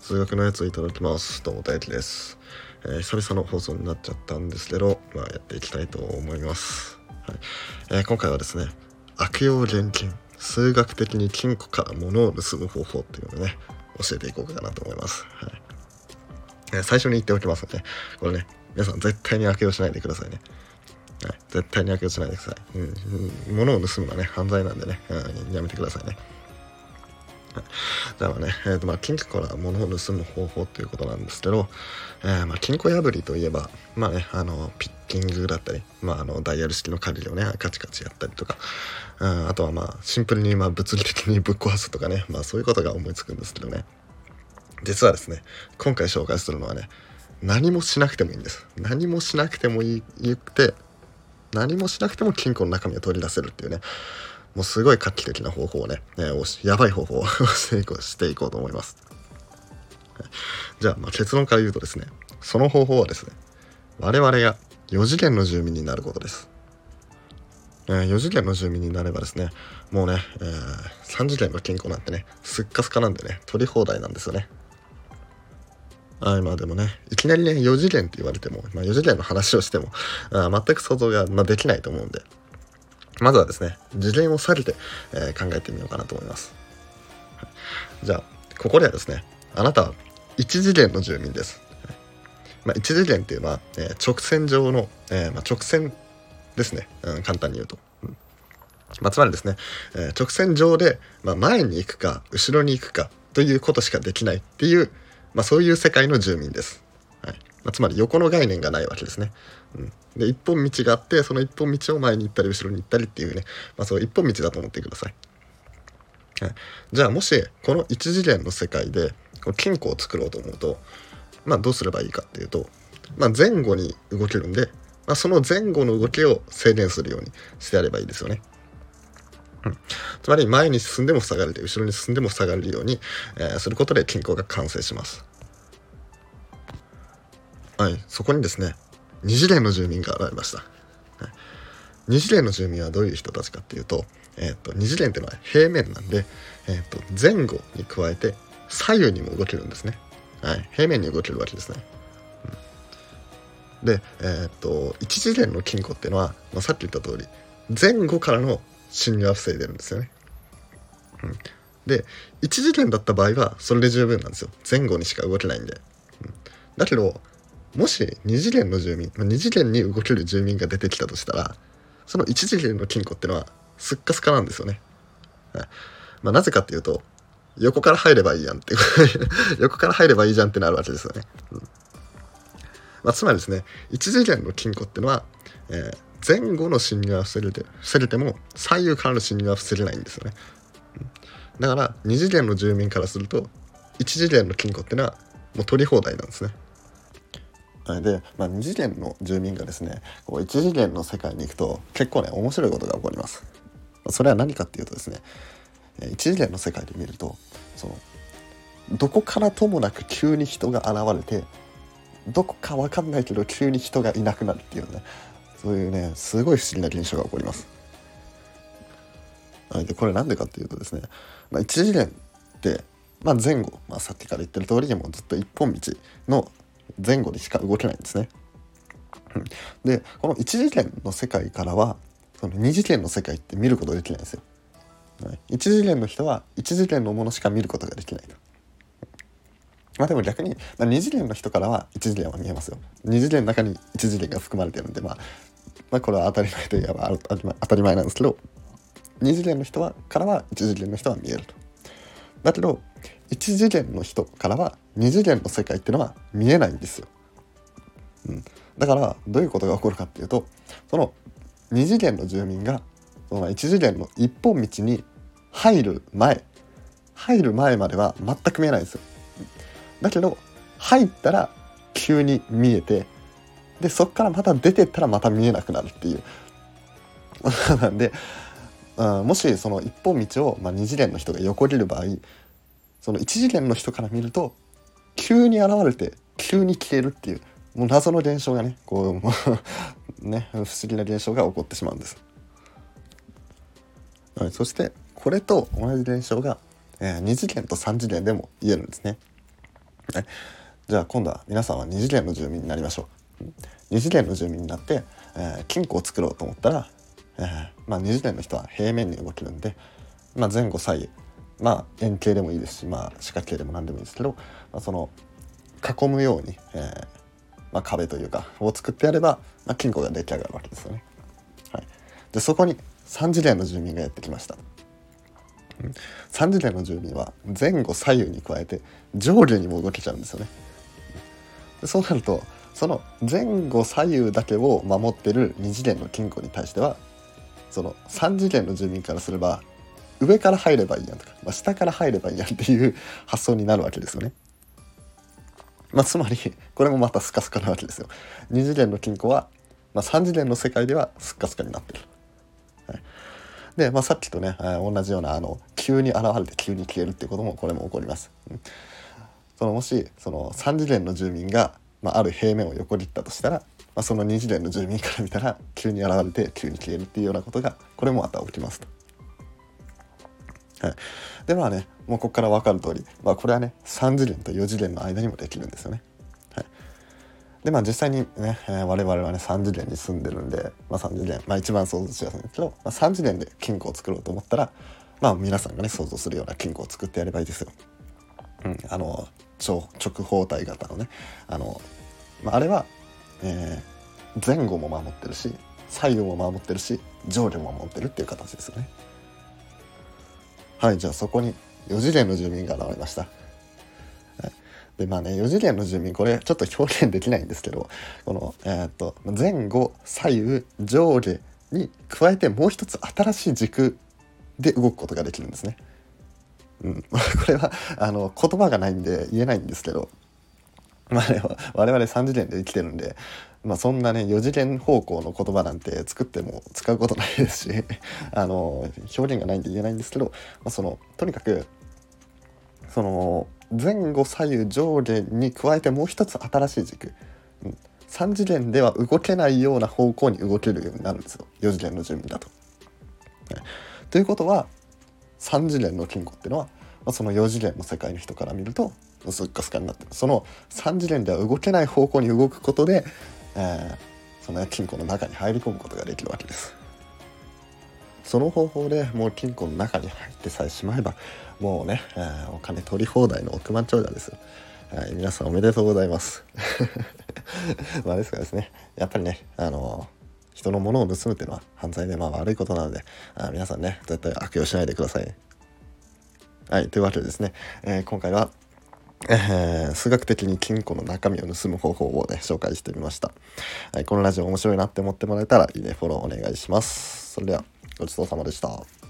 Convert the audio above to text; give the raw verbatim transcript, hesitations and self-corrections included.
数学のやついただきます。どうも大輝です、えー、久々の放送になっちゃったんですけど、まあ、やっていきたいと思います、はいえー、今回はですね、悪用現金、数学的に金庫から物を盗む方法っていうのをね教えていこうかなと思います、はいえー、最初に言っておきますので、これね皆さん絶対に悪用しないでくださいね。はい、絶対に悪用しないでください、うんうん、物を盗むのはね犯罪なんでね、うん、やめてくださいね。じゃあね、えーとまあ、金庫から物を盗む方法ということなんですけど、えーまあ、金庫破りといえば、まあね、あのピッキングだったり、まあ、あのダイヤル式の鍵をねカチカチやったりとか、うん、あとはまあシンプルにまあ物理的にぶっ壊すとかね、まあ、そういうことが思いつくんですけどね、実はですね今回紹介するのはね、何もしなくてもいいんです。何もしなくてもいい言って何もしなくても金庫の中身を取り出せるっていうね、もうすごい画期的な方法をね、ねやばい方法をしていこうと思います。じゃあ、まあ結論から言うとですね、その方法はですね、我々がよ次元の住民になることです。えー、よ次元の住民になればですね、もうね、えー、さん次元の金庫なんてね、すっかすかなんでね、取り放題なんですよね。あまあでもね、いきなりねよ次元って言われても、まあ、よ次元の話をしてもあ全く想像が、まあ、できないと思うんで、まずはですね次元を下げて、えー、考えてみようかなと思います。はい、じゃあここではですね、あなたはいち次元の住民です。はいまあ、いち次元っていうのは、えー、直線上の、えーまあ、直線ですね、うん、簡単に言うと、うんまあ、つまりですね、えー、直線上で、まあ、前に行くか後ろに行くかということしかできないっていうまあ、そういう世界の住民です。はいまあ、つまり横の概念がないわけですね。うん、で一本道があって、その一本道を前に行ったり後ろに行ったりっていうね、まあ、そう一本道だと思ってください。はい、じゃあもしこの一次元の世界でこの金庫を作ろうと思うと、まあ、どうすればいいかっていうと、まあ、前後に動けるんで、まあ、その前後の動きを制限するようにしてやればいいですよね。うん、つまり前に進んでも塞がれて後ろに進んでも塞がれるように、えー、することで金庫が完成します。はい、そこにですね二次元の住民が現れました。はい、二次元の住民はどういう人たちかっていうと、えー、と二次元っていうのは平面なんで、えー、と前後に加えて左右にも動けるんですね。はい、平面に動けるわけですね。うん、で、えー、と一次元の金庫っていうのは、まあ、さっき言った通り前後からの侵入は防いでるんですよね。うん、で一次元だった場合はそれで十分なんですよ。前後にしか動けないんで。うん、だけどもし二次元の住民、二次元に動ける住民が出てきたとしたら、その一次元の金庫ってのはすっかすかなんですよね。はいまあ、なぜかっていうと、横から入ればいいやんって横から入ればいいじゃんってなるわけですよね。うんまあ、つまりですね、一次元の金庫ってのは、えー、前後の侵入は防げて防げても左右からの侵入は防げないんですよね。うん、だから二次元の住民からすると一次元の金庫ってのはもう取り放題なんですね。で、まあ、二次元の住民がですねこう一次元の世界に行くと結構ね面白いことが起こります。それは何かっていうとですね、一次元の世界で見るとそのどこからともなく急に人が現れて、どこか分かんないけど急に人がいなくなるっていうね、そういうねすごい不思議な現象が起こります。でこれなんでかっていうとですね、まあ、一次元って、まあ、前後、まあ、さっきから言ってる通りにもずっと一本道の前後でしか動けないんですね。でこの一次元の世界からはその二次元の世界って見ることができないんですよ。一次元の人は一次元のものしか見ることができないと。まあでも逆に、まあ、二次元の人からは一次元は見えますよ。二次元の中に一次元が含まれてるんで、まあ、まあこれは当たり前といえば当たり前なんですけど、二次元の人はからは一次元の人は見えると。だけど一次元の人からは二次元の世界っていうのは見えないんですよ。うん、だからどういうことが起こるかっていうと、その二次元の住民がその一次元の一本道に入る前入る前までは全く見えないんですよ。だけど入ったら急に見えて、でそっからまた出てったらまた見えなくなるっていうなんで、あもしその一本道を、まあ、二次元の人が横切る場合、その一次元の人から見ると急に現れて急に消えるっていうもう謎の現象がねこうね不思議な現象が起こってしまうんです。はい、そしてこれと同じ現象が、えー、二次元と三次元でも言えるんですね。 ね、じゃあ今度は皆さんは二次元の住民になりましょう。二次元の住民になって、えー、金庫を作ろうと思ったら、えーまあ、二次元の人は平面に動けるんで、まあ、前後左右、まあ、円形でもいいですし、まあ、四角形でも何でもいいですけど、まあ、その囲むように、えーまあ、壁というかを作ってやれば、まあ、金庫が出来上がるわけですよね。はい、でそこに三次元の住民がやってきました。三次元の住民は前後左右に加えて上下にも動けちゃうんですよね。でそうなるとその前後左右だけを守ってる二次元の金庫に対しては、その三次元の住民からすれば上から入ればいいやんとか、まあ、下から入ればいいやんっていう発想になるわけですよね。まあ、つまりこれもまたスカスカなわけですよ。二次元の金庫は、まあ、三次元の世界ではスカスカになってる。はい、で、まあ、さっきとね、えー、同じようなあの急に現れて急に消えるっていうこともこれも起こります。うん、そのもしそのさん次元の住民が、まあ、ある平面を横切ったとしたら、まあ、そのに次元の住民から見たら急に現れて急に消えるっていうようなことがこれもまた起きますと。はい、でまあねもうここから分かる通り、まあ、これはねさん次元とよ次元の間にもできるんですよね。はい、でまあ実際にね、えー、我々はねさん次元に住んでるんで、まあ、さん次元、まあ、一番想像しやすいんですけど、まあ、さん次元で金庫を作ろうと思ったら、まあ皆さんがね想像するような金庫を作ってやればいいですよ。うん、あの直方体型のねあの、まあ、あれは、えー、前後も守ってるし左右も守ってるし上下も守ってるっていう形ですよね。はい、じゃあそこによ次元の住民が現れました。でまあねよ次元の住民これちょっと表現できないんですけど、この、えー、と前後左右上下に加えてもう一つ新しい軸で動くことができるんですね。うん、これはあの言葉がないんで言えないんですけど、まあね、我々さん次元で生きてるんで、まあ、そんなねよ次元方向の言葉なんて作っても使うことないですしあの表現がないんで言えないんですけど、まあ、そのとにかくその前後左右上下に加えてもう一つ新しい軸、うん、さん次元では動けないような方向に動けるようになるんですよよ次元の住民だと。ね、ということはさん次元の金庫っていうのは、まあ、そのよ次元の世界の人から見るとスッカスカになってる。そのさん次元では動けない方向に動くことで、えー、その金庫の中に入り込むことができるわけです。その方法でもう金庫の中に入ってさえしまえばもうね、えー、お金取り放題の億万長者ですよ。はい、皆さんおめでとうございますまあですからですねやっぱりねあのー、人のものを盗むっていうのは犯罪でまあ悪いことなので、あ皆さんね絶対悪用しないでください。はい、というわけでですね、えー、今回は、えー、数学的に金庫の中身を盗む方法をね紹介してみました。はい、このラジオ面白いなって思ってもらえたらいいねフォローお願いします。それではごちそうさまでした。